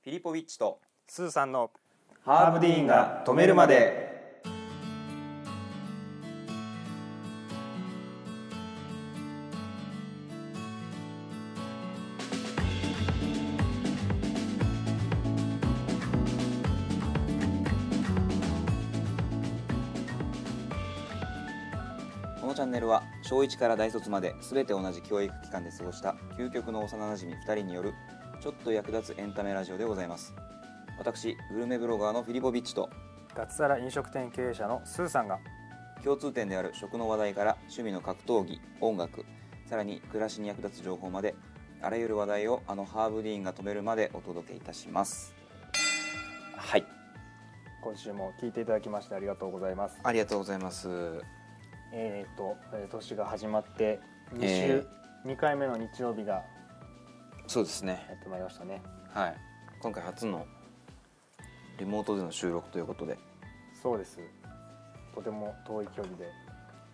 フィリポビッチとスーさんのハーブディーンが止めるまで。このチャンネルは小1から大卒まで全て同じ教育機関で過ごした究極の幼なじみ2人によるちょっと役立つエンタメラジオでございます。私グルメブロガーのフィリポビッチと脱サラ飲食店経営者のスーさんが共通点である食の話題から趣味の格闘技、音楽、さらに暮らしに役立つ情報まであらゆる話題をハーブディーンが止めるまでお届けいたします。はい、 今週も聞いていただきましてありがとうございます。 ありがとうございます。 年が始まって2回目の日曜日がそうですね、 やってまいりましたね。 はい、今回初のリモートでの収録ということで。 そうです、とても遠い距離で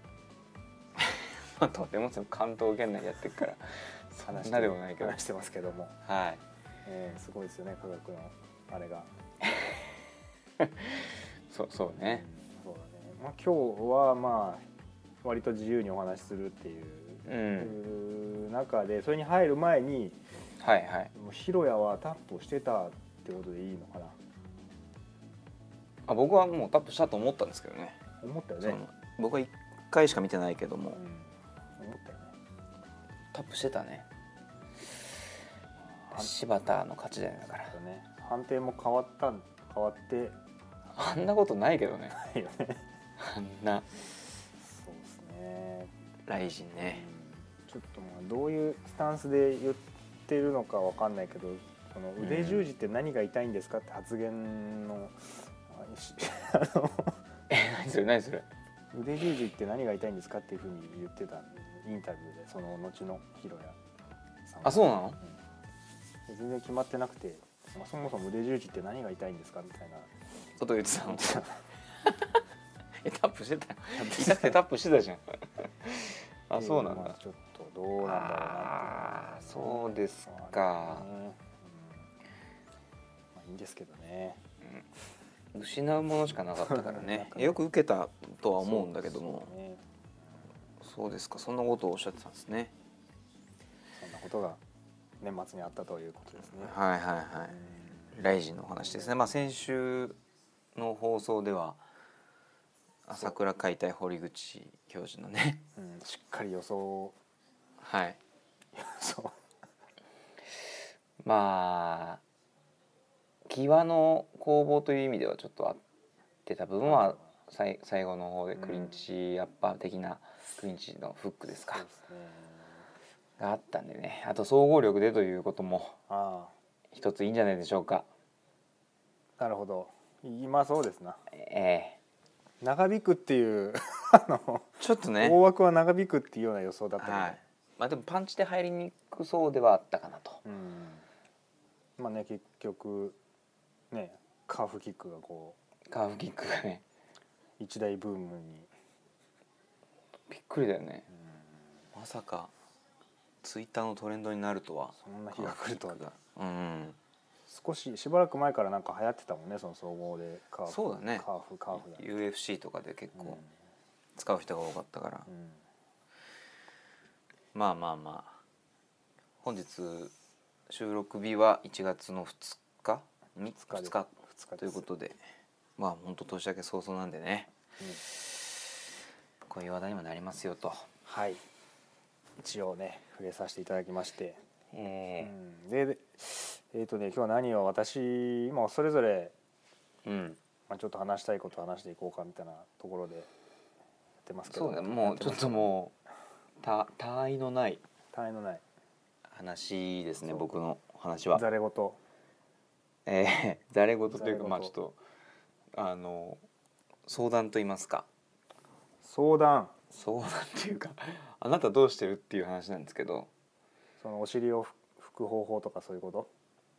とても関東圏内やってるからそんなでもないけど話してますけども、 はい、 すごいですよね、科学のあれがそうね、 そうだね。今日は割と自由にお話しするっていう、中でそれに入る前に、 はいはい、 もうヒロヤはタップをしてたってことでいいのかな。 僕はもうタップしたと思ったんですけどね。 思ったよね。 僕は1回しか見てないけども、 思ったよね。 タップしてたね。柴田の勝ちだよね。だからね、判定も変わってあんなことないけどね。 ないよね。 あんな。 そうですね。 ライジンね、 ちょっとどういうスタンスで言ってるのかわかんないけど、その腕十字って何が痛いんですかって発言の何それ腕十字って何が痛いんですかっていうふうに言ってたインタビューで、その後のヒロヤさん。 あ、そうなの？ 全然決まってなくて、そもそも腕十字って何が痛いんですかみたいなこと言ってたの。タップしてたよ。痛くてタップしてたじゃん。あ、そうなんだ。 ちょっとどうなんだろうなって。 あ、そうですか。 いいんですけどね。 失うものしかなかったからね。よく受けたとは思うんだけども。そうですか。そんなことをおっしゃってたんですね。 そんなことが年末にあったということですね。 はいはいはい。ライジンのお話ですね。先週の放送では朝倉解体堀口教授のね、 しっかり予想。 はい。 そう。 際の攻防という意味ではちょっと合ってた部分は最後の方でクリンチアッパー的なクリンチのフックですか。そうですね。があったんでね。あと総合力でということも一ついいんじゃないでしょうか。 なるほど。今そうですな。長引くっていうちょっとね、 大枠は長引くっていうような予想だったけど、 はい、でもパンチで入りにくそうではあったかなと。 結局ね、カーフキックがね一大ブームに。 びっくりだよね。まさかツイッターのトレンドになるとは。 そんな日が来るとは。 少しばらく前からなんか流行ってたもんね、その総合でカーフ。 そうだね。 カーフだ。 UFC とかで結構使う人が多かったから。本日収録日は1月の2日ということで、本当年明け早々なんでね、こういう話題にもなりますよと。 はい。一応ね触れさせていただきまして、で今日は何を今それぞれ、ちょっと話したいことを話していこうかみたいなところでやってますけど。 そうだ、もうちょっともう他愛のない話ですね。僕の話はざれ言。 ざれ言というか、ちょっと相談と言いますか。相談っていうか、あなたどうしてるっていう話なんですけど。 そのお尻を拭く方法とかそういうこと？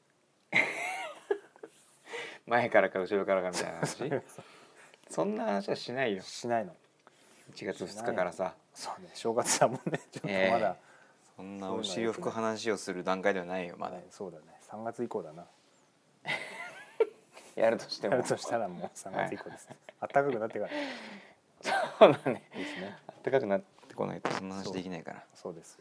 前からか後ろからかみたいな話。そんな話はしないよ。 しないの。 1月2日からさ。 そうね、正月だもんね。ちょっとまだ、 そんなお尻を拭く話をする段階ではないよまだ。 そうだね、3月以降だな。 やるとしてもやるとしたらもう3月以降ですね、はい、暖かくなってからそうだねですね。 暖かくなってこないとそんな話できないから。 そうです。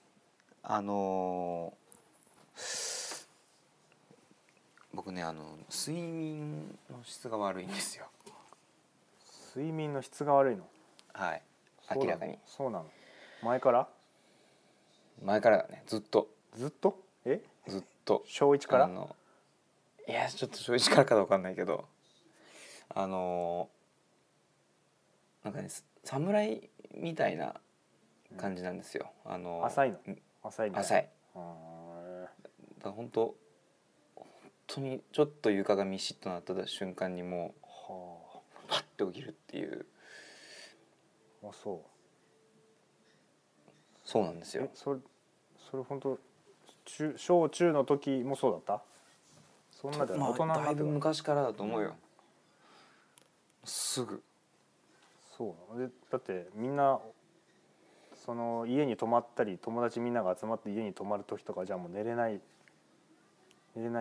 僕ね睡眠の質が悪いんですよ。 睡眠の質が悪いの？ はい、明らかに。 そうなの？前からだね、ずっとずっと小1から？ いやちょっと小1からか分かんないけどなんかね侍みたいな感じなんですよ。 浅いの？浅い。 だ本当にちょっと床がミシッとなった瞬間にもうパッて起きるっていう。そうなんですよ。 それ本当小中の時もそうだった？そんなで大人になってだいぶ昔からだと思うよ、すぐ。 そうでだってみんなその家に泊まったり友達みんなが集まって家に泊まる時とかじゃもう寝れないじゃん。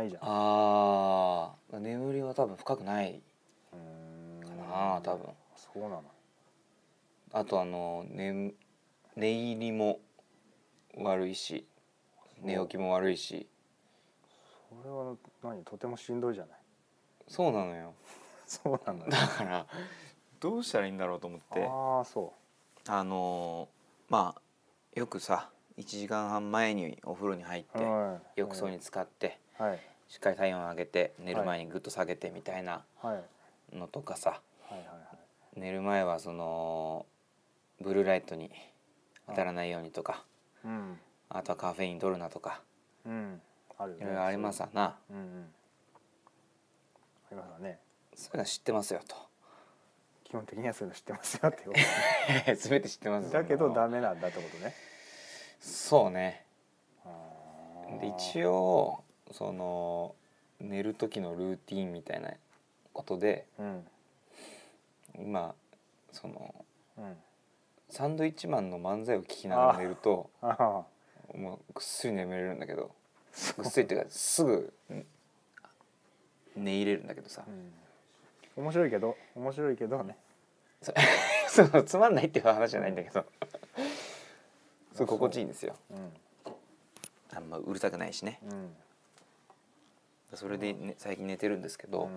眠りは多分深くないかな多分。 そうなの。 あと寝入りも悪いし寝起きも悪いし。 それはとてもしんどいじゃない。 そうなのよそうなんだ。 だからどうしたらいいんだろうと思って。まあよくさ1時間半前にお風呂に入って、浴槽に浸かって、しっかり体温を上げて寝る前にグッと下げてみたいなのとかさ、寝る前はそのブルーライトに当たらないようにとか、あとはカフェイン取るなとか、いろいろありますわな。ありますわね。 そういうの知ってますよと。 基本的にはそういうの知ってますよって全て知ってます。 だけどダメなんだってことね。 そうね。で一応その寝る時のルーティンみたいなことで、今その、サンドイッチマンの漫才を聞きながら寝るともうぐっすり眠れるんだけど、ぐっすりっていうかすぐ寝入れるんだけどさ、 面白いけどねそうつまんないっていう話じゃないんだけどすごい心地いいんですよ。あんまうるさくないしね。それで、最近寝てるんですけど、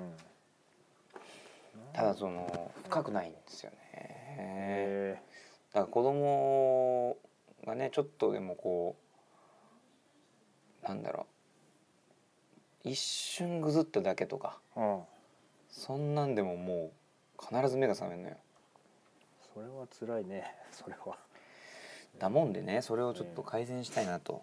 ただその深くないんですよね。だから子供がねちょっとでもこうなんだろう一瞬ぐずっただけとか、そんなんでももう必ず目が覚めるのよ。 それは辛いね。それはだもんでね、それをちょっと改善したいなと。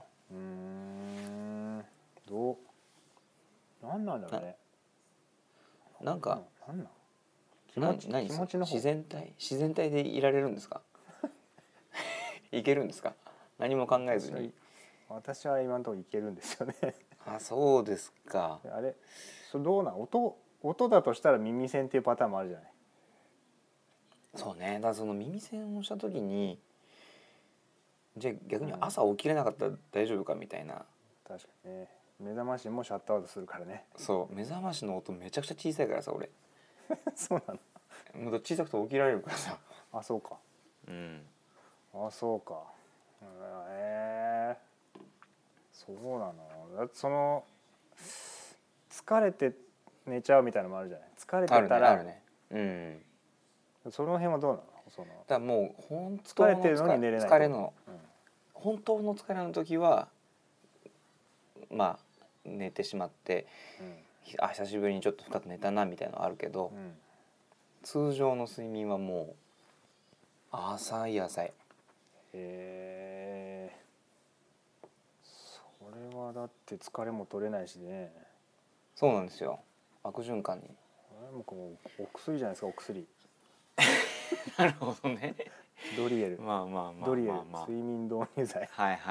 なんなんだろうね。 なんか気持ちの方。 自然体でいられるんですかいけるんですか、何も考えずに。 私は今のところいけるんですよねあ、そうですか。 あれどうなん、音だとしたら耳栓っていうパターンもあるじゃない。 そうね。だからその耳栓をした時にじゃあ逆に朝起きれなかったら大丈夫かみたいな。 確かにね。目覚ましもシャットアウトするからね。 そう、目覚ましの音めちゃくちゃ小さいからさ俺そうなの。 もう小さくて起きられるからさ。 あ、そうか。あ、そうか。そうなの。だってその疲れて寝ちゃうみたいなのもあるじゃない。疲れてたらあるね。 その辺はどうなの。 だからもう本当の疲れの、本当の疲れの時はまあ寝てしまって、久しぶりにちょっと深く寝たなみたいなのはあるけど、通常の睡眠はもう浅い。それはだって疲れも取れないしね。 そうなんですよ。悪循環に。 もうお薬じゃないですか、お薬なるほどね。 ドリエル。ドリエル、睡眠導入剤。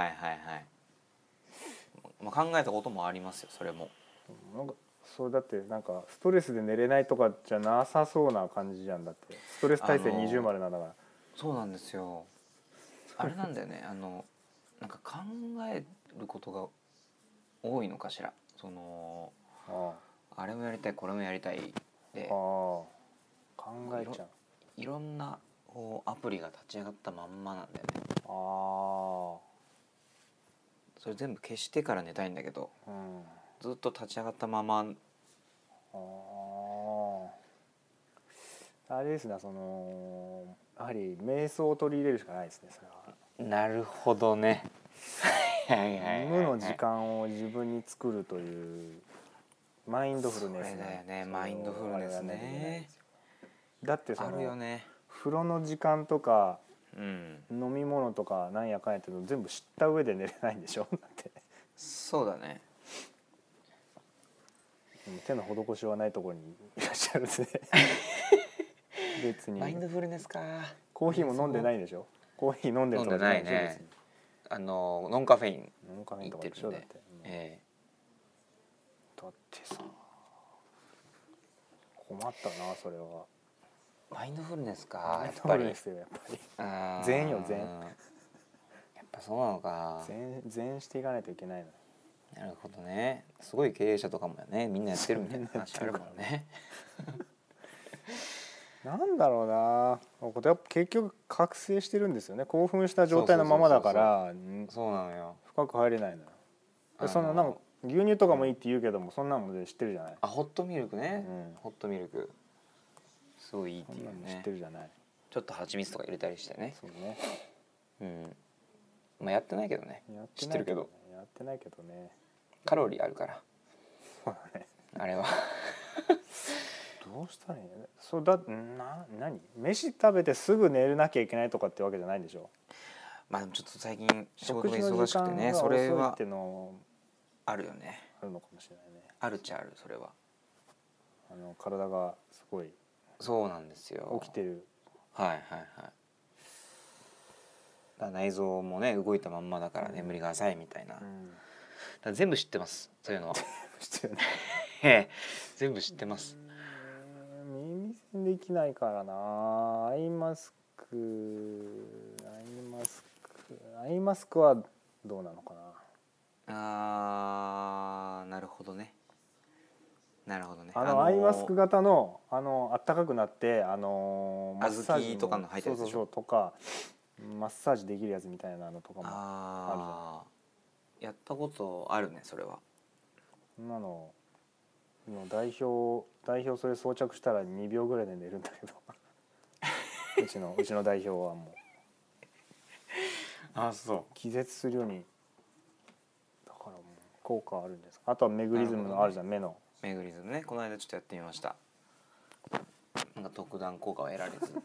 まあ、考えたこともありますよ、それも。 なんかそれだってなんかストレスで寝れないとかじゃなさそうな感じじゃん。だってストレス耐性20丸なんだから。 そうなんですよ。あれなんだよね。なんか考えることが多いのかしら。そのあれもやりたいこれもやりたいで考えちゃう。 いろんなこうアプリが立ち上がったまんまなんだよね。それ全部消してから寝たいんだけど、ずっと立ち上がったまま。 あれですね、やはり瞑想を取り入れるしかないですね、それは。 なるほどね。 無の時間を自分に作るというマインドフルネス。 それだよね、マインドフルネスね。 だってあるよね。 風呂の時間とか、飲み物とかなんやかんやっての全部知った上で寝れないんでしょだって。 そうだね。 手の施しはないところにいらっしゃるんですね。別にマインドフルネスか。 コーヒーも飲んでないでしょ。コーヒー飲んでるとかじゃないでしょ。別にノンカフェイン行ってるんで。だってさ、困ったなそれは。 マインドフルネスか。 マインドフルネスよやっぱり。禅よ禅。やっぱそうなのか。 禅していかないといけないの。 なるほどね。すごい経営者とかもね、みんなやってるみたいな話あるもんね。 なんだろうな、これやっぱ結局覚醒してるんですよね。興奮した状態のままだから。 そうなのよ。 深く入れないのよ。そのなんか牛乳とかもいいって言うけども、そんなのも知ってるじゃない。 ホットミルクね。ホットミルクすごいいいっていうね。 知ってるじゃない。 ちょっと蜂蜜とか入れたりしてね。 そうね。 まあやってないけどね。知ってるけど。 やってないけどね。 カロリーあるから。 そうだね。 あれは。 どうしたらいいの？そうだ、何？飯食べてすぐ寝なきゃいけないとかってわけじゃないんでしょ。 まあちょっと最近仕事が忙しくてね、それはあるよね。 あるのかもしれないね。 あるっちゃある、それは。 体がすごい。 そうなんですよ。 起きてる。 内臓もね動いたまんまだから眠りが浅いみたいな。だ全部知ってます、そういうのは。 知ってるね。全部知ってます。 耳栓できないからな。アイマスクはどうなのかな。なるほどね。なるほどね。 アイマスク型のあったかくなってマッサージとかの入ってるやつでしょ。 とかマッサージできるやつみたいなのとかもあるじゃん。 やったことあるね、それは。 今の代表それ装着したら2秒ぐらいで寝るんだけどうちの代表はもうそう気絶するようにだからもう効果あるんです。あとはメグリズムのあるじゃん、目のメグリズムね。この間ちょっとやってみました。なんか特段効果は得られず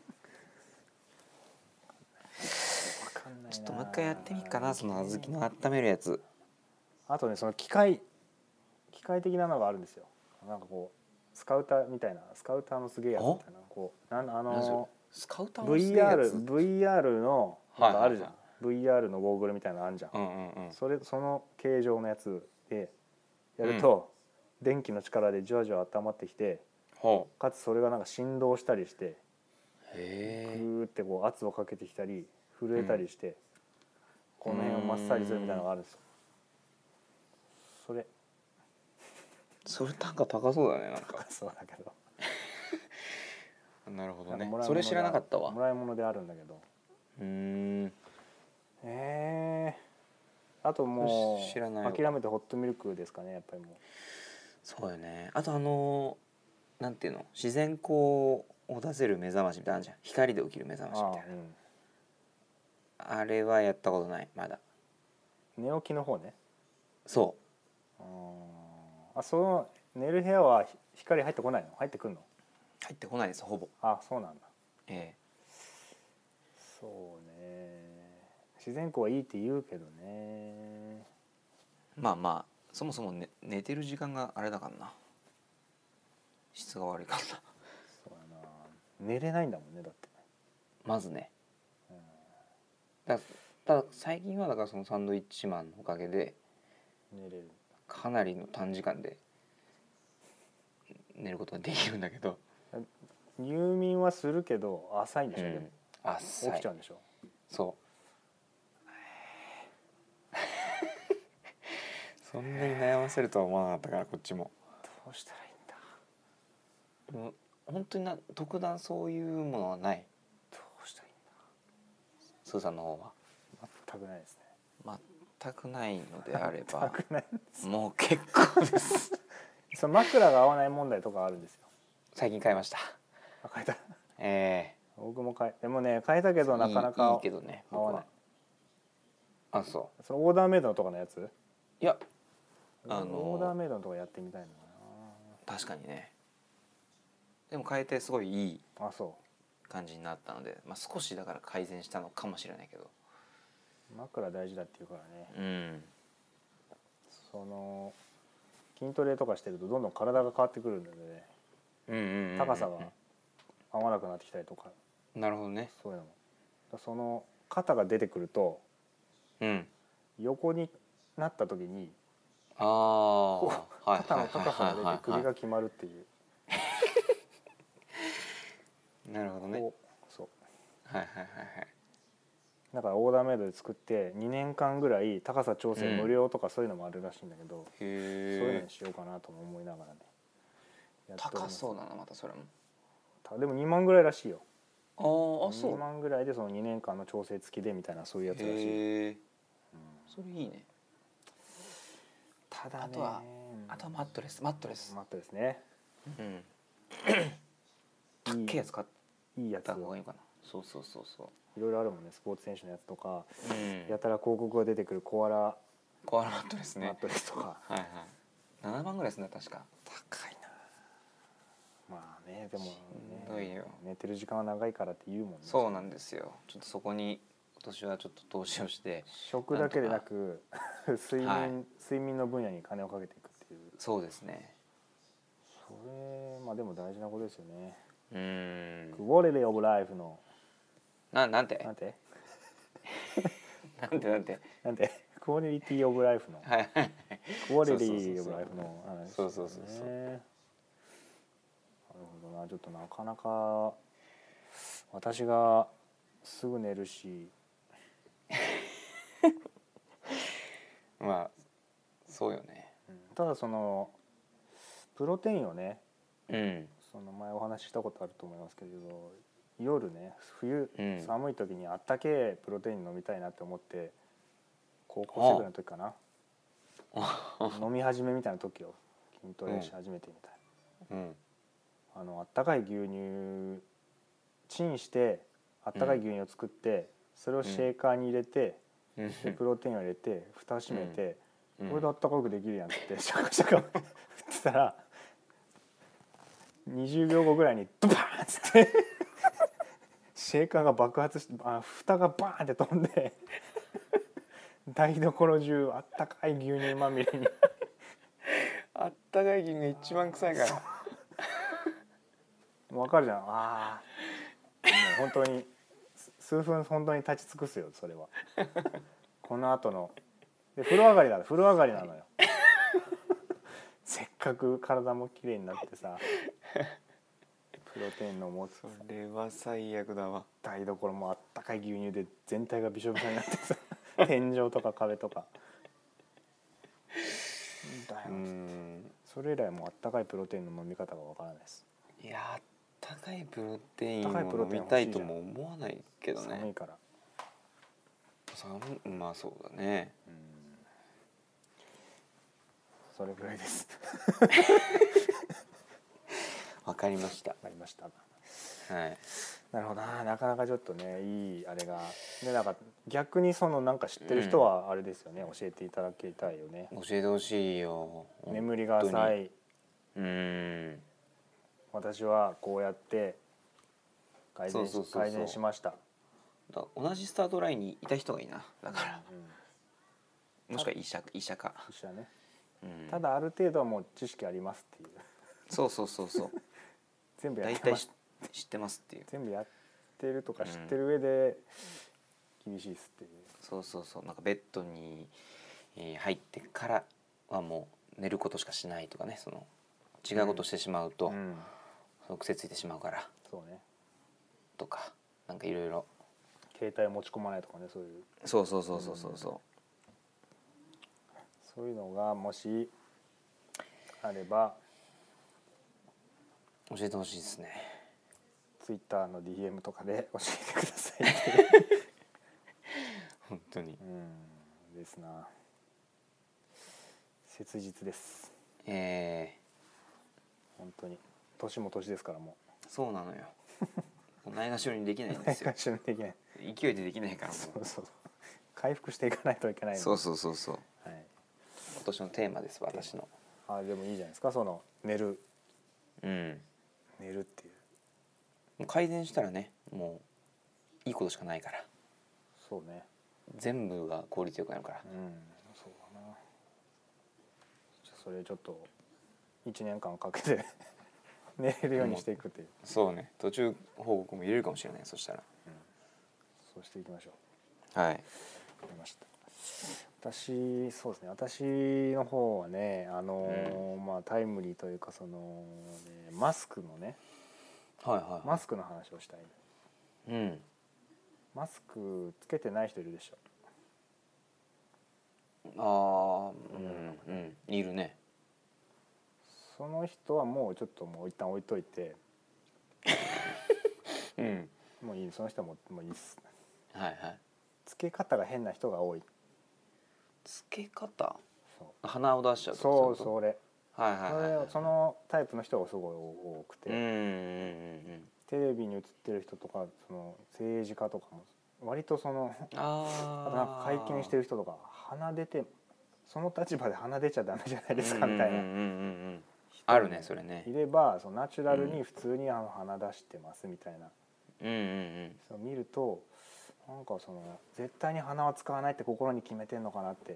ちょっともう一回やってみっかな、その小豆の温めるやつ。 あとね、その機械的なのがあるんですよ。なんかこうスカウターみたいな、スカウターのすげえやつみたいな、こうスカウターのすげえやつ VR のなんかあるじゃん、VR のゴーグルみたいなのあるじゃん、その形状のやつでやると、電気の力でじわじわ温まってきて、かつそれがなんか振動したりして、グーってこう圧をかけてきたり震えたりして、この辺をマッサージするみたいなのがあるんですよ。 それ単価高そうだね、なんか。 そうだけどなるほどね。それ知らなかったわ。 もらい物であるんだけど。あともう諦めてホットミルクですかね、やっぱりもう。 そうよね。あとなんていうの、自然光を出せる目覚ましみたいなのあるじゃん。光で起きる目覚ましみたいな。あれはやったことない、まだ。 寝起きの方ね。 そう。 その寝る部屋は光入ってこないの？入ってくるの？ 入ってこないです、ほぼ。 そうなんだ。そうね。自然光はいいって言うけどね。 まあそもそも、寝てる時間があれだからな。質が悪いからな。 そうだな。寝れないんだもんね、だって。 まずね。ただ最近はだからそのサンドイッチマンのおかげで寝れる。かなりの短時間で寝ることができるんだけど、 入眠はするけど浅いんでしょ、でも浅い。 起きちゃうんでしょ。 そうそんなに悩ませるとは思わなかったから、こっちも。 どうしたらいいんだ。 でも本当に特段そういうものはない。 どうしたらいいんだ。 スーさんの方は全くないですね。 全くないのであれば全くないです。 もう結構ですその枕が合わない問題とかあるんですよ。 最近買いました。 変えた。 え僕もでもね変えたけどなかなかいいけどね合わない。 あ、そう。 そのオーダーメイドのとかのやつ？ いやオーダーメイドのとかやってみたいのかな。確かにね。でも変えてすごいいい感じになったので、少しだから改善したのかもしれないけど。 枕大事だっていうからね。 その筋トレとかしてるとどんどん体が変わってくるんでね。高さが合わなくなってきたりとか。 なるほどね。 そういうのも。その肩が出てくると、横になった時に肩の高さが出て首が決まるっていう。 なるほどね。 そう。 はいはいはいはい。 だからオーダーメイドで作って2年間ぐらい高さ調整無料とかそういうのもあるらしいんだけど、そういうのにしようかなとも思いながらね。 高そうだなまたそれも。 でも2万ぐらいらしいよ。 あ、そう。 2万ぐらいでその2年間の調整付きでみたいなそういうやつらしい。 それいいね。 ただね。 あとはマットレスね。 高いやつ買いいやつった方がいいかな。そういろいろあるもんね。スポーツ選手のやつとか、やたら広告が出てくるコアラマットレスね。 マットレスとか。 はいはい。7万ぐらいですね確か。 高いな。まあねでもね。 寝てる時間は長いからって言うもんね。 そうなんですよ。ちょっとそこに今年はちょっと投資をして。 食だけでなく睡眠の分野に金をかけていくっていう。 そうですね。 それでも大事なことですよね。 クオリティオブライフのなんてクオリティオブライフのクオリティオブライフの話。 そう。 なるほどな。ちょっとなかなか私がすぐ寝るしそうよね。 ただそのプロテインをね、その前お話ししたことあると思いますけれど、夜ね冬、寒い時にあったけえプロテイン飲みたいなって思って高校生ぐらいの時かな飲み始めみたいな時を筋トレし始めてみたいな、あったかい牛乳チンしてあったかい牛乳を作って、それをシェーカーに入れて、でプロテインを入れて蓋を閉めて、これであったかくできるやんってシャカシャカ振ってたら20秒後ぐらいにドバーンっつってシェーカーが爆発して蓋がバーンって飛んで台所中あったかい牛乳まみれにあったかい牛乳が一番臭いから分かるじゃん。もう本当に数分本当に立ち尽くすよそれはこの後ので風呂上がりなのよせっかく体もきれいになってさプロテインの持つ。 それは最悪だわ。 台所もあったかい牛乳で全体がびしょびしょになってさ天井とか壁とかだよ。それ以来もうあったかいプロテインの飲み方がわからないです。 いやあったかいプロテインを飲みたいとも思わないけどね。 寒いから。 まあそうだね。 それぐらいですわかりました。 はい。 なるほどな。なかなかちょっとねいいあれがでなんか逆にそのなんか知ってる人はあれですよね、教えていただきたいよね。 教えてほしいよ。 眠りが浅い。私はこうやって改善しました。 同じスタートラインにいた人がいいな。だから、もしくは医者か。 医者ね。ただある程度はもう知識ありますっていう。 そう全部やってます。大体知ってますっていう。 全部やってるとか知ってる上で厳しいっすっていう。 そうなんかベッドに入ってからはもう寝ることしかしないとかね、その違うことしてしまうと、その癖ついてしまうから。 そうね。 とかなんかいろいろ。 携帯持ち込まないとかね、そういう。 そうそういうのがもしあれば教えてほしいですね。 ツイッターの DM とかで教えてくださいって本当にですな。切実です。本当に年も年ですから。もうそうなのよないがしろにできないんですよ。 ないがしろにできない。 勢いでできないからもう。 そうそう、回復していかないといけないので。 そうそうそうそう、 はい、 今年のテーマです私の。 でもいいじゃないですか、その寝るっていう。 もう改善したらね、もういいことしかないから。 そうね、 全部が効率よくなるから。 そうだな。じゃあそれちょっと1年間かけて寝れるようにしていくっていう。 そうね、途中報告も入れるかもしれない。そしたら、 そうしていきましょう。はい。 わかりました。そうですね、私の方はね、タイムリーというか、その、ね、マスクのね、マスクの話をしたい。マスクつけてない人いるでしょ。 いるね。 その人はもうちょっともう一旦置いといてもういい、その人はもういいっす。つけ方が変な人が多い。 つけ方、鼻を出しちゃうとか。 それそのタイプの人がすごい多くて、テレビに映ってる人とか、その政治家とかも割とその、あとなんか会見してる人とか、鼻出て、その立場で鼻出ちゃダメじゃないですかみたいな、 あるね、それね。 いれば、そのナチュラルに普通に鼻出してますみたいな、そう見ると、なんかその絶対に鼻は使わないって心に決めてんのかなって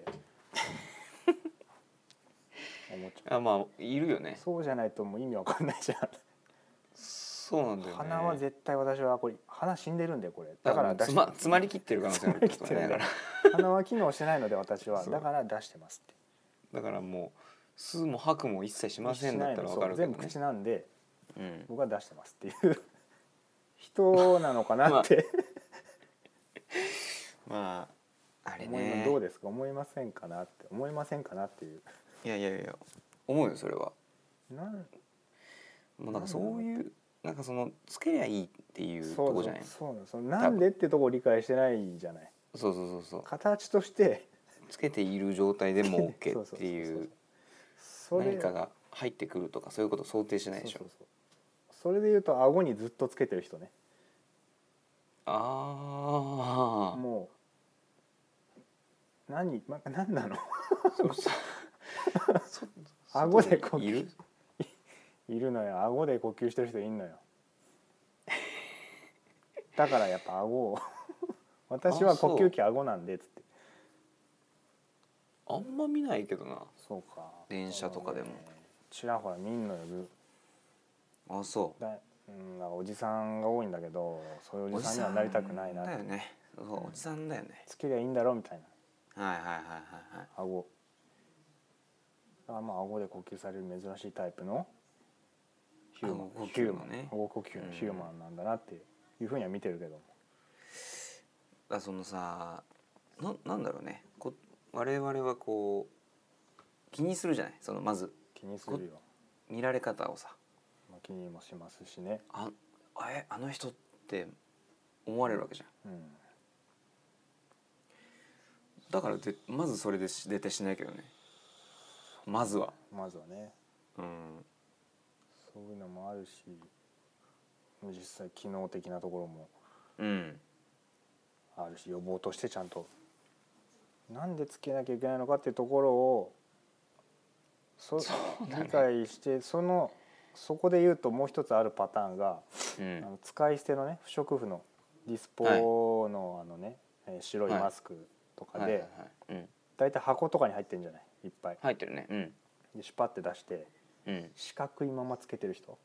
思っちゃう。 まあいるよね。 そうじゃないともう意味わかんないじゃん。 そうなんだよね。 鼻は絶対、私はこれ鼻死んでるんで、これだから出して、 詰まりきってる可能性あるってね。だから鼻は機能してないので私は、だから出してますって。 だからもう吸うも吐くも一切しませんだったら分かるけどね。 全部口なんで、僕は出してますっていう人なのかなってまああれね、 どうですか、思いませんかなっていう。 いや思うよ、それは。もうなんかそういう、なんかそのつけりゃいいっていうとこじゃない。 そうなんでってとこ理解してないじゃない。 そう形としてつけている状態でも OK っていう、何かが入ってくるとかそういうことを想定しないでしょ。 それで言うと、顎にずっとつけてる人ね。もう何なの顎で呼吸いるのよ。顎で呼吸してる人いんのよ。だからやっぱ顎を私は呼吸器顎なんでっつって。 あんま見ないけどな。 そうか。 電車とかでもちらほら見んのよ。なんかおじさんが多いんだけど、そういうおじさんにはなりたくないなって。 だよね。おじさんだよね。 つけりゃいいんだろみたいな。 はい顎。顎で呼吸される珍しいタイプのヒューマン、顎呼吸のヒューマンなんだなっていうふうには見てるけど。 そのさ、なんだろうね。我々はこう気にするじゃない。そのまず気にするよ。 見られ方をさ。 気にもしますしね。 あの人って思われるわけじゃん。だからまずそれで出てしないけどね。まずはね。そういうのもあるし、実際機能的なところもあるし、予防としてちゃんとなんでつけなきゃいけないのかっていうところを理解して、そこで言うともう一つあるパターンが、使い捨てのね、不織布のディスポの白いマスクとかで、だいたい箱とかに入ってるんじゃない、いっぱい入ってるね。 でシュパって出して、四角いままつけてる人、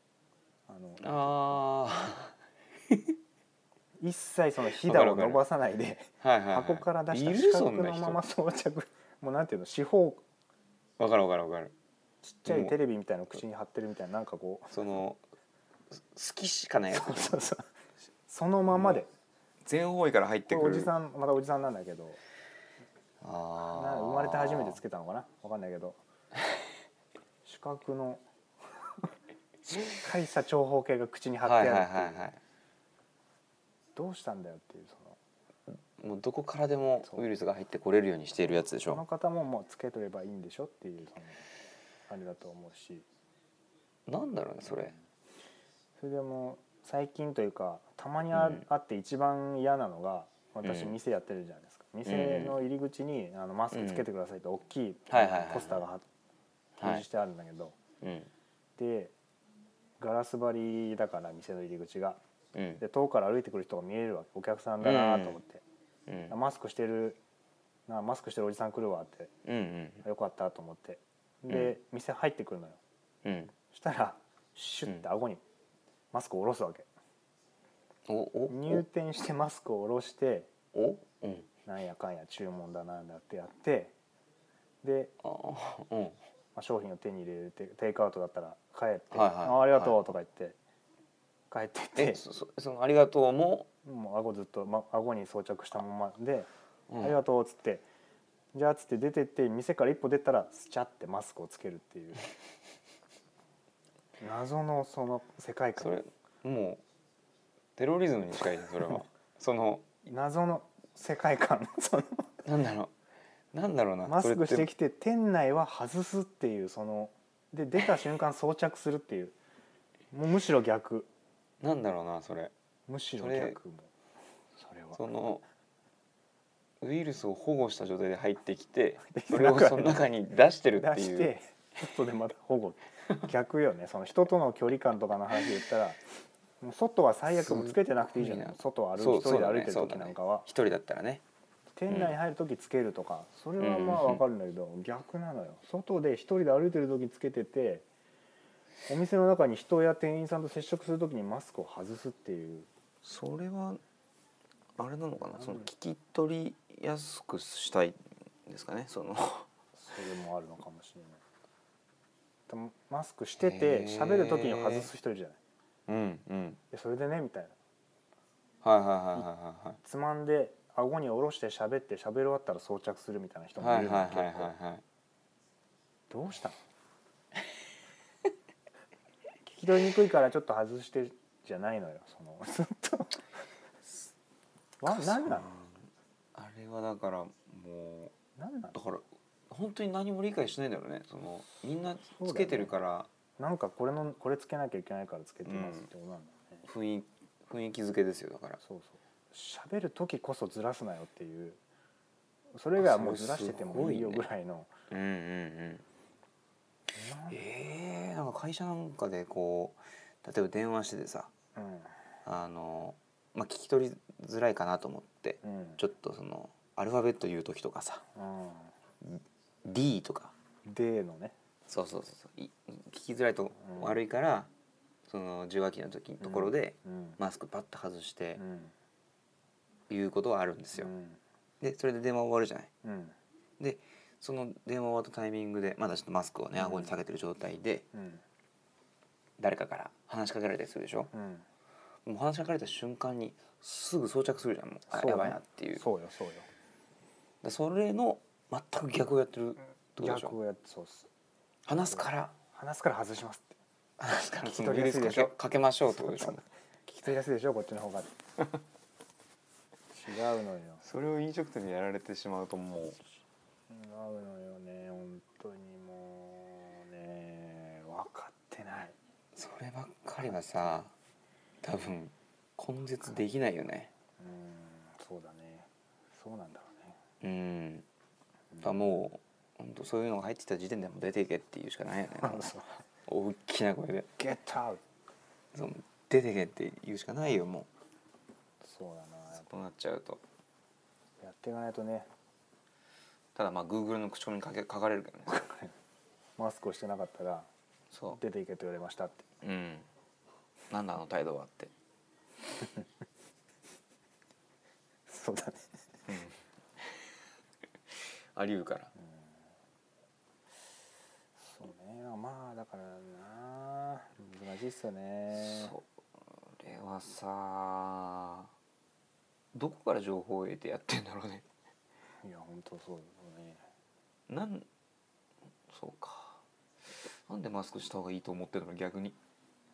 一切そのひだを伸ばさないで箱から出した四角のまま装着、もうなんていうの、四方、 わかるちっちゃいテレビみたいなの口に貼ってるみたいな、なんかこうその好きしかないやつ。 そのままで全方位から入ってくる。 おじさんなんだけど、生まれて初めてつけたのかな、分かんないけど、四角のしっかりした長方形が口に貼ってあるっていう、どうしたんだよっていう、 もうどこからでもウイルスが入ってこれるようにしているやつでしょ。 その方ももうつけとればいいんでしょっていう、あれだと思うし、 なんだろうねそれ。 それでも最近というかたまにあって一番嫌なのが、私店やってるじゃないですか、店の入り口にマスクつけてくださいって大きいポスターが掲示してあるんだけど、でガラス張りだから店の入り口が、で遠くから歩いてくる人が見えるわけ、お客さんだなと思って、マスクしてるおじさん来るわって、よかったと思って、で店入ってくるのよ、そしたらシュッて顎にマスクを下ろすわけ。入店してマスクを下ろして、なんやかんや注文だなんだってやって、で、商品を手に入れてテイクアウトだったら帰って「ありがとう」とか言って帰ってって、 その「ありがとう」ももう顎ずっと顎に装着したままで「ありがとう」っつって「じゃあ」っつって出てって、店から一歩出たらスチャってマスクをつけるっていう謎のその世界観。 それもうテロリズムに近いねそれは。その謎の世界観なんだろうな、 マスクしてきて店内は外すっていう、で出た瞬間装着するっていう、もうむしろ逆なんだろうなそれ。 むしろ逆もそれはそのウイルスを保護した状態で入ってきて、それをその中に出してるっていう、 出してちょっとでまた保護逆よね。その人との距離感とかの話で言ったら、もう外は最悪もつけてなくていいじゃない。外を一人で歩いてる時なんかは、 一人だったらね、 店内に入る時つけるとか、それはまあ分かるんだけど、逆なのよ。外で一人で歩いてる時つけてて、お店の中に人や店員さんと接触する時にマスクを外すっていう。 それはあれなのかな、その聞き取りやすくしたいんですかね。それもあるのかもしれない。でもマスクしてて喋る時に外す人いるじゃない。それでねみたいな。つまんで顎に下ろして喋って、喋り終わったら装着するみたいな人もいるの結構。どうしたの聞き取りにくいからちょっと外してじゃないのよ。ずっと何なのあれは。だからもう何なの、 だから本当に何も理解しないんだろうね。みんなつけてるから、 なんかこれつけなきゃいけないからつけてますってことなんだよね。 雰囲気付けですよ。だから喋る時こそずらすなよっていう、それがもうずらしててもいいよぐらいの。 なんか会社なんかでこう例えば電話しててさ、聞き取りづらいかなと思って、ちょっとアルファベット言う時とかさ、D とか D のね、 そう聞きづらいと悪いから、その受話器の時のところでマスクパッと外して言うことはあるんですよ。でそれで電話終わるじゃない。でその電話終わったタイミングでまだちょっとマスクをね顎に下げてる状態で、誰かから話しかけられたりするでしょ。もう話しかけられた瞬間にすぐ装着するじゃん。もうやばいなっていう。 そうよそれの全く逆をやってるってことでしょ。 逆をやって、そうっす。 話すから外しますって。 話すから聞き取りやすいでしょ。 かけましょうってことでしょ。 聞き取りやすいでしょこっちの方が。違うのよ。 それを飲食店でやられてしまうともう違うのよね。本当にもうね、分かってない。 そればっかりはさ、多分根絶できないよね。 そうだね。そうなんだろうね。 もう本当そういうのが入ってきた時点でも出ていけっていうしかないよね。大きな声で 「Get out!」 出てけって言うしかないよ。もうそうだな。 そうなっちゃうとやっていかないとね。 ただGoogle の口コミに書かれるけどね。 マスクをしてなかったら出ていけと言われましたって。 なんだあの態度はってそうだね。 あり得るから。 そうね。まあだからな、難しいっすよね。 それはさ、どこから情報を得てやってんだろうね。 いや本当そうだね。 そうか。なんでマスクした方がいいと思ってるの逆に。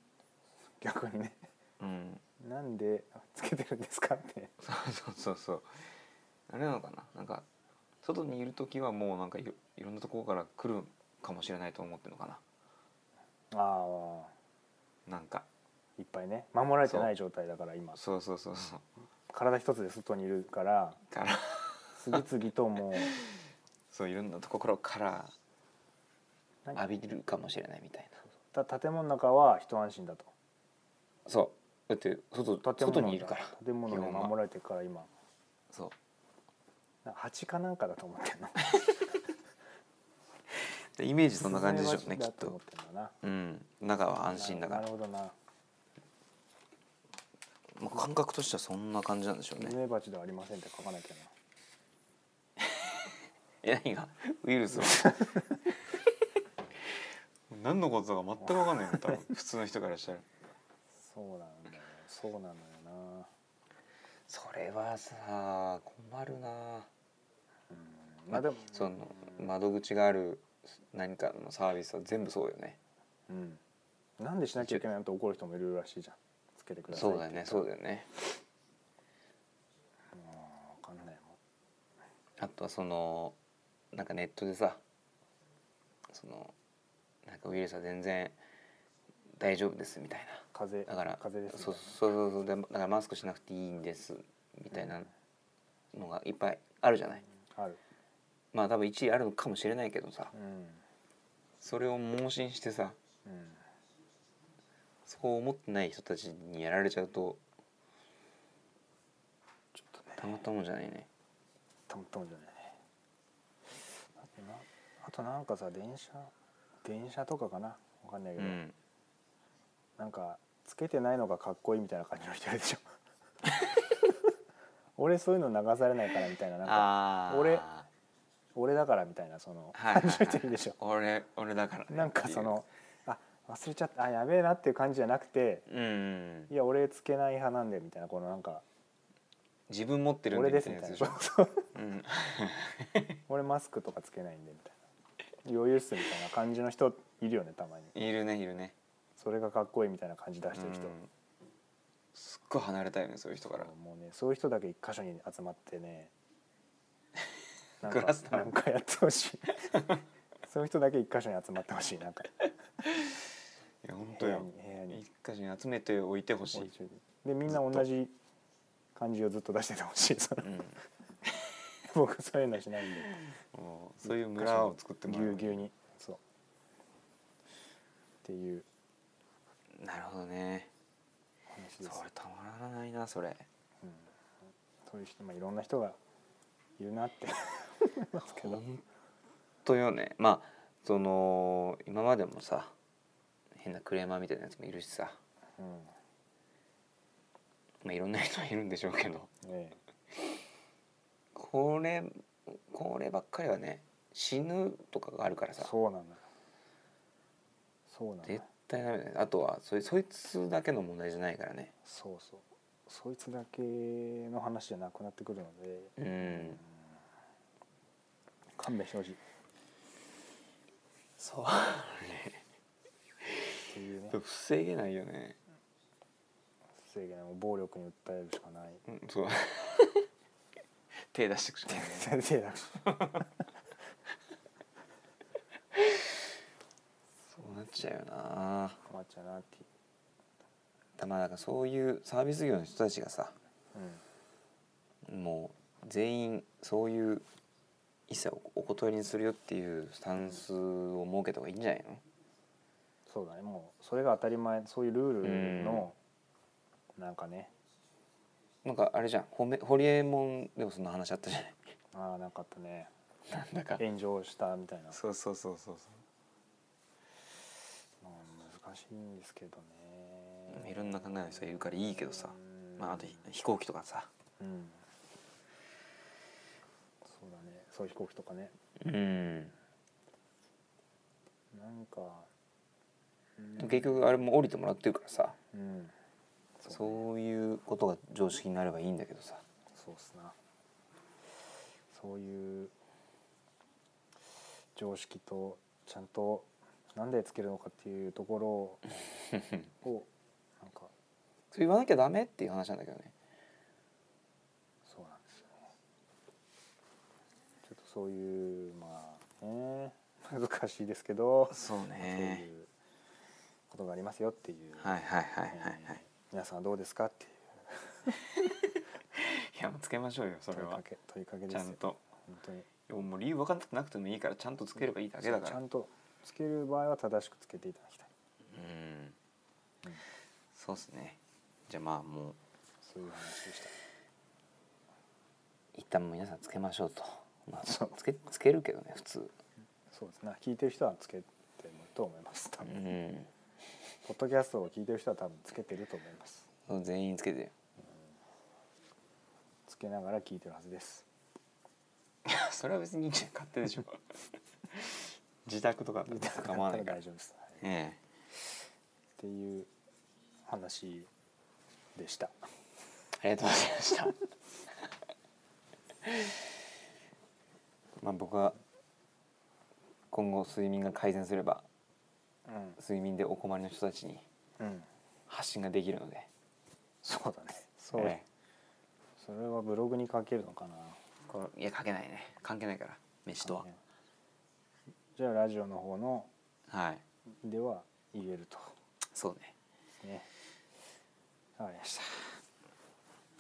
逆にね、 うん、 なんでつけてるんですかって。 そうあれなのかな、なんか外にいる時はもうなんかいろんなところから来るかもしれないと思ってるのかな。 ああ、 なんかいっぱいね守られてない状態だから今。 そう体一つで外にいるから次々ともうそういろんなところから浴びるかもしれないみたいな。建物の中は一安心だと。 そうだって外にいるから建物で守られてるから今。 そう蜂かなんかだと思ってんの。 イメージそんな感じでしょうねきっと。 思ってんだな。 うん、中は安心だから。 なるほどな。 まあ、感覚としてはそんな感じなんでしょうね。 スズメバチではありませんって書かなきゃな。何がウイルス何のことか全く分かんないよ多分普通の人からしたら。 そうなんだよ、そうなのよな。 それはさ困るな。 まあでもその窓口がある何かのサービスは全部そうよね。 なんでしなきゃいけないのと怒る人もいるらしいじゃん。つけてくださいって。 そうだよね。 分かんないもん。 あとはそのなんかネットでさそのなんかウイルスは全然大丈夫ですみたいな。 風邪です。 そうでだからマスクしなくていいんですみたいなのがいっぱいあるじゃない。 ある。 まあ多分一理あるのかもしれないけどさ、それを盲信してさ、そう思ってない人たちにやられちゃうとちょっとねたまったもんじゃないね。 たまったもんじゃないね。あとなんかさ電車とかかな分かんないけど、なんかつけてないのがかっこいいみたいな感じの人いるでしょ。俺そういうの流されないからみたいな、なんか俺だからみたいなその感じの人いるでしょ。 俺だから、 なんかその忘れちゃったやべえなっていう感じじゃなくて、いや俺つけない派なんでみたいな、このなんか自分持ってるんでみたいなやつでしょ。 俺マスクとかつけないんでみたいな余裕っすみたいな感じの人いるよね、たまに。 いるね。 それがかっこいいみたいな感じ出してる人、 すっごい離れたいよねそういう人から。 もうねそういう人だけ一箇所に集まってねなんクラスターなんかやってほしい。そういう人だけ一箇所に集まってほしい。なんかいや本当よ、 部屋に一箇所に集めておいてほしい。 でみんな同じ感じをずっと出しててほしい。僕そういうのしないんで、 そういう村を作ってもらう。 ぎゅうぎゅうにそうっていう。 なるほどね。それたまらないなそれ。 そういう人、いろんな人がいるなって思いますけど。 本当よね。まあその今までもさ変なクレーマーみたいなやつもいるしさ、まあいろんな人いるんでしょうけど、こればっかりはね死ぬとかがあるからさ。 そうなんだよ。 絶対ダメだね。あとはそいつだけの問題じゃないからね。 そいつだけの話じゃなくなってくるので、勘弁してほしい。 そうね。っていうね。防げないよね。 防げない。暴力に訴えるしかない。 そう。手出してくしかない。 手出し。 そうなっちゃうよな。 困っちゃうなっていう。 まあなんかそういうサービス業の人たちがさ、もう全員そういう一切お断りにするよっていうスタンスを設けた方がいいんじゃないの？ そうだね。もうそれが当たり前、そういうルールのなんかね。 なんかあれじゃん、ホリエモンでもそんな話あったじゃない。 なかったね。 なんだか炎上したみたいな。 そう。 難しいんですけどね。 いろんな考えの人がいるからいいけどさ、まああと飛行機とかさ、 そうだね。そういう飛行機とかね。なんか、 結局あれも降りてもらってるからさ、そういうことが常識になればいいんだけどさ。 そうっすな。そういう常識とちゃんとなんでつけるのかっていうところをなんかと言わなきゃダメっていう話なんだけどね。 そうなんですよね。ちょっとそういうまあね難しいですけど、 そうね、 そういうことがありますよっていう、 はいはいはいはいはい、 皆さんはどうですかっていういやもうつけましょうよそれは。 問いかけですよ。 ちゃんと本当に。 もう理由分かってなくてもいいからちゃんとつければいいだけだから。 ちゃんとつける場合は正しくつけていただきたい。 そうですね。じゃあまあもうそういう話でした。 一旦皆さんつけましょうと。まあつけるけどね普通。 そうですね。聞いてる人はつけてると思います多分。ポッドキャストを聞いてる人は多分つけてると思います。 全員つけて。 つけながら聞いてるはずです。 それは別に勝手でしょ。自宅とか構わないから大丈夫です。っていう話でした。 ありがとうございました。まあ僕は今後睡眠が改善すれば、睡眠でお困りの人たちに発信ができるので、 そうだね。そう、それはブログに書けるのかな。 いや書けないね、関係ないから飯とは。 じゃあラジオの方のでは言えると。 そうね。 わかりました。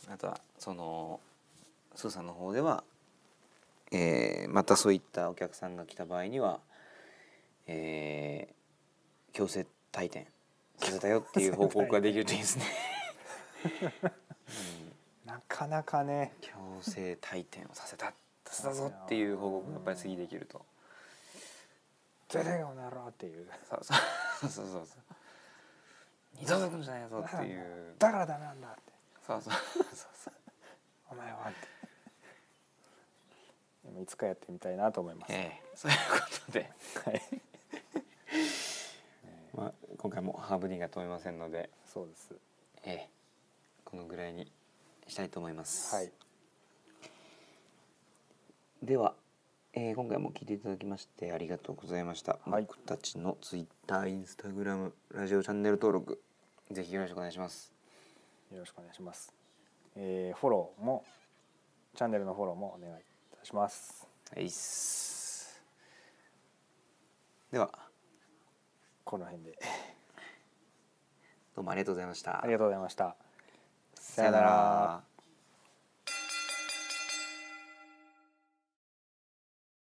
あとはそのスーさんの方では、またそういったお客さんが来た場合には、強制退店させたよっていう報告ができるといいですね。 なかなかね、 強制退店をさせたぞっていう報告がやっぱり次できると、 出てよなろうっていう、 そう二度と来るんじゃないぞっていう、 だからダメなんだって、 そうお前はっていつかやってみたいなと思います。 そういうことで、まあ今回もハーブディが止めませんので、 そうです。 このぐらいにしたいと思います。 はい。 では、今回も聞いていただきましてありがとうございました。僕たちの Twitter、Instagram、ラジオチャンネル登録ぜひよろしくお願いします。 よろしくお願いします。フォローもチャンネルのフォローもお願いいたします。 ではこの辺でどうもありがとうございました。 ありがとうございました。 さよなら。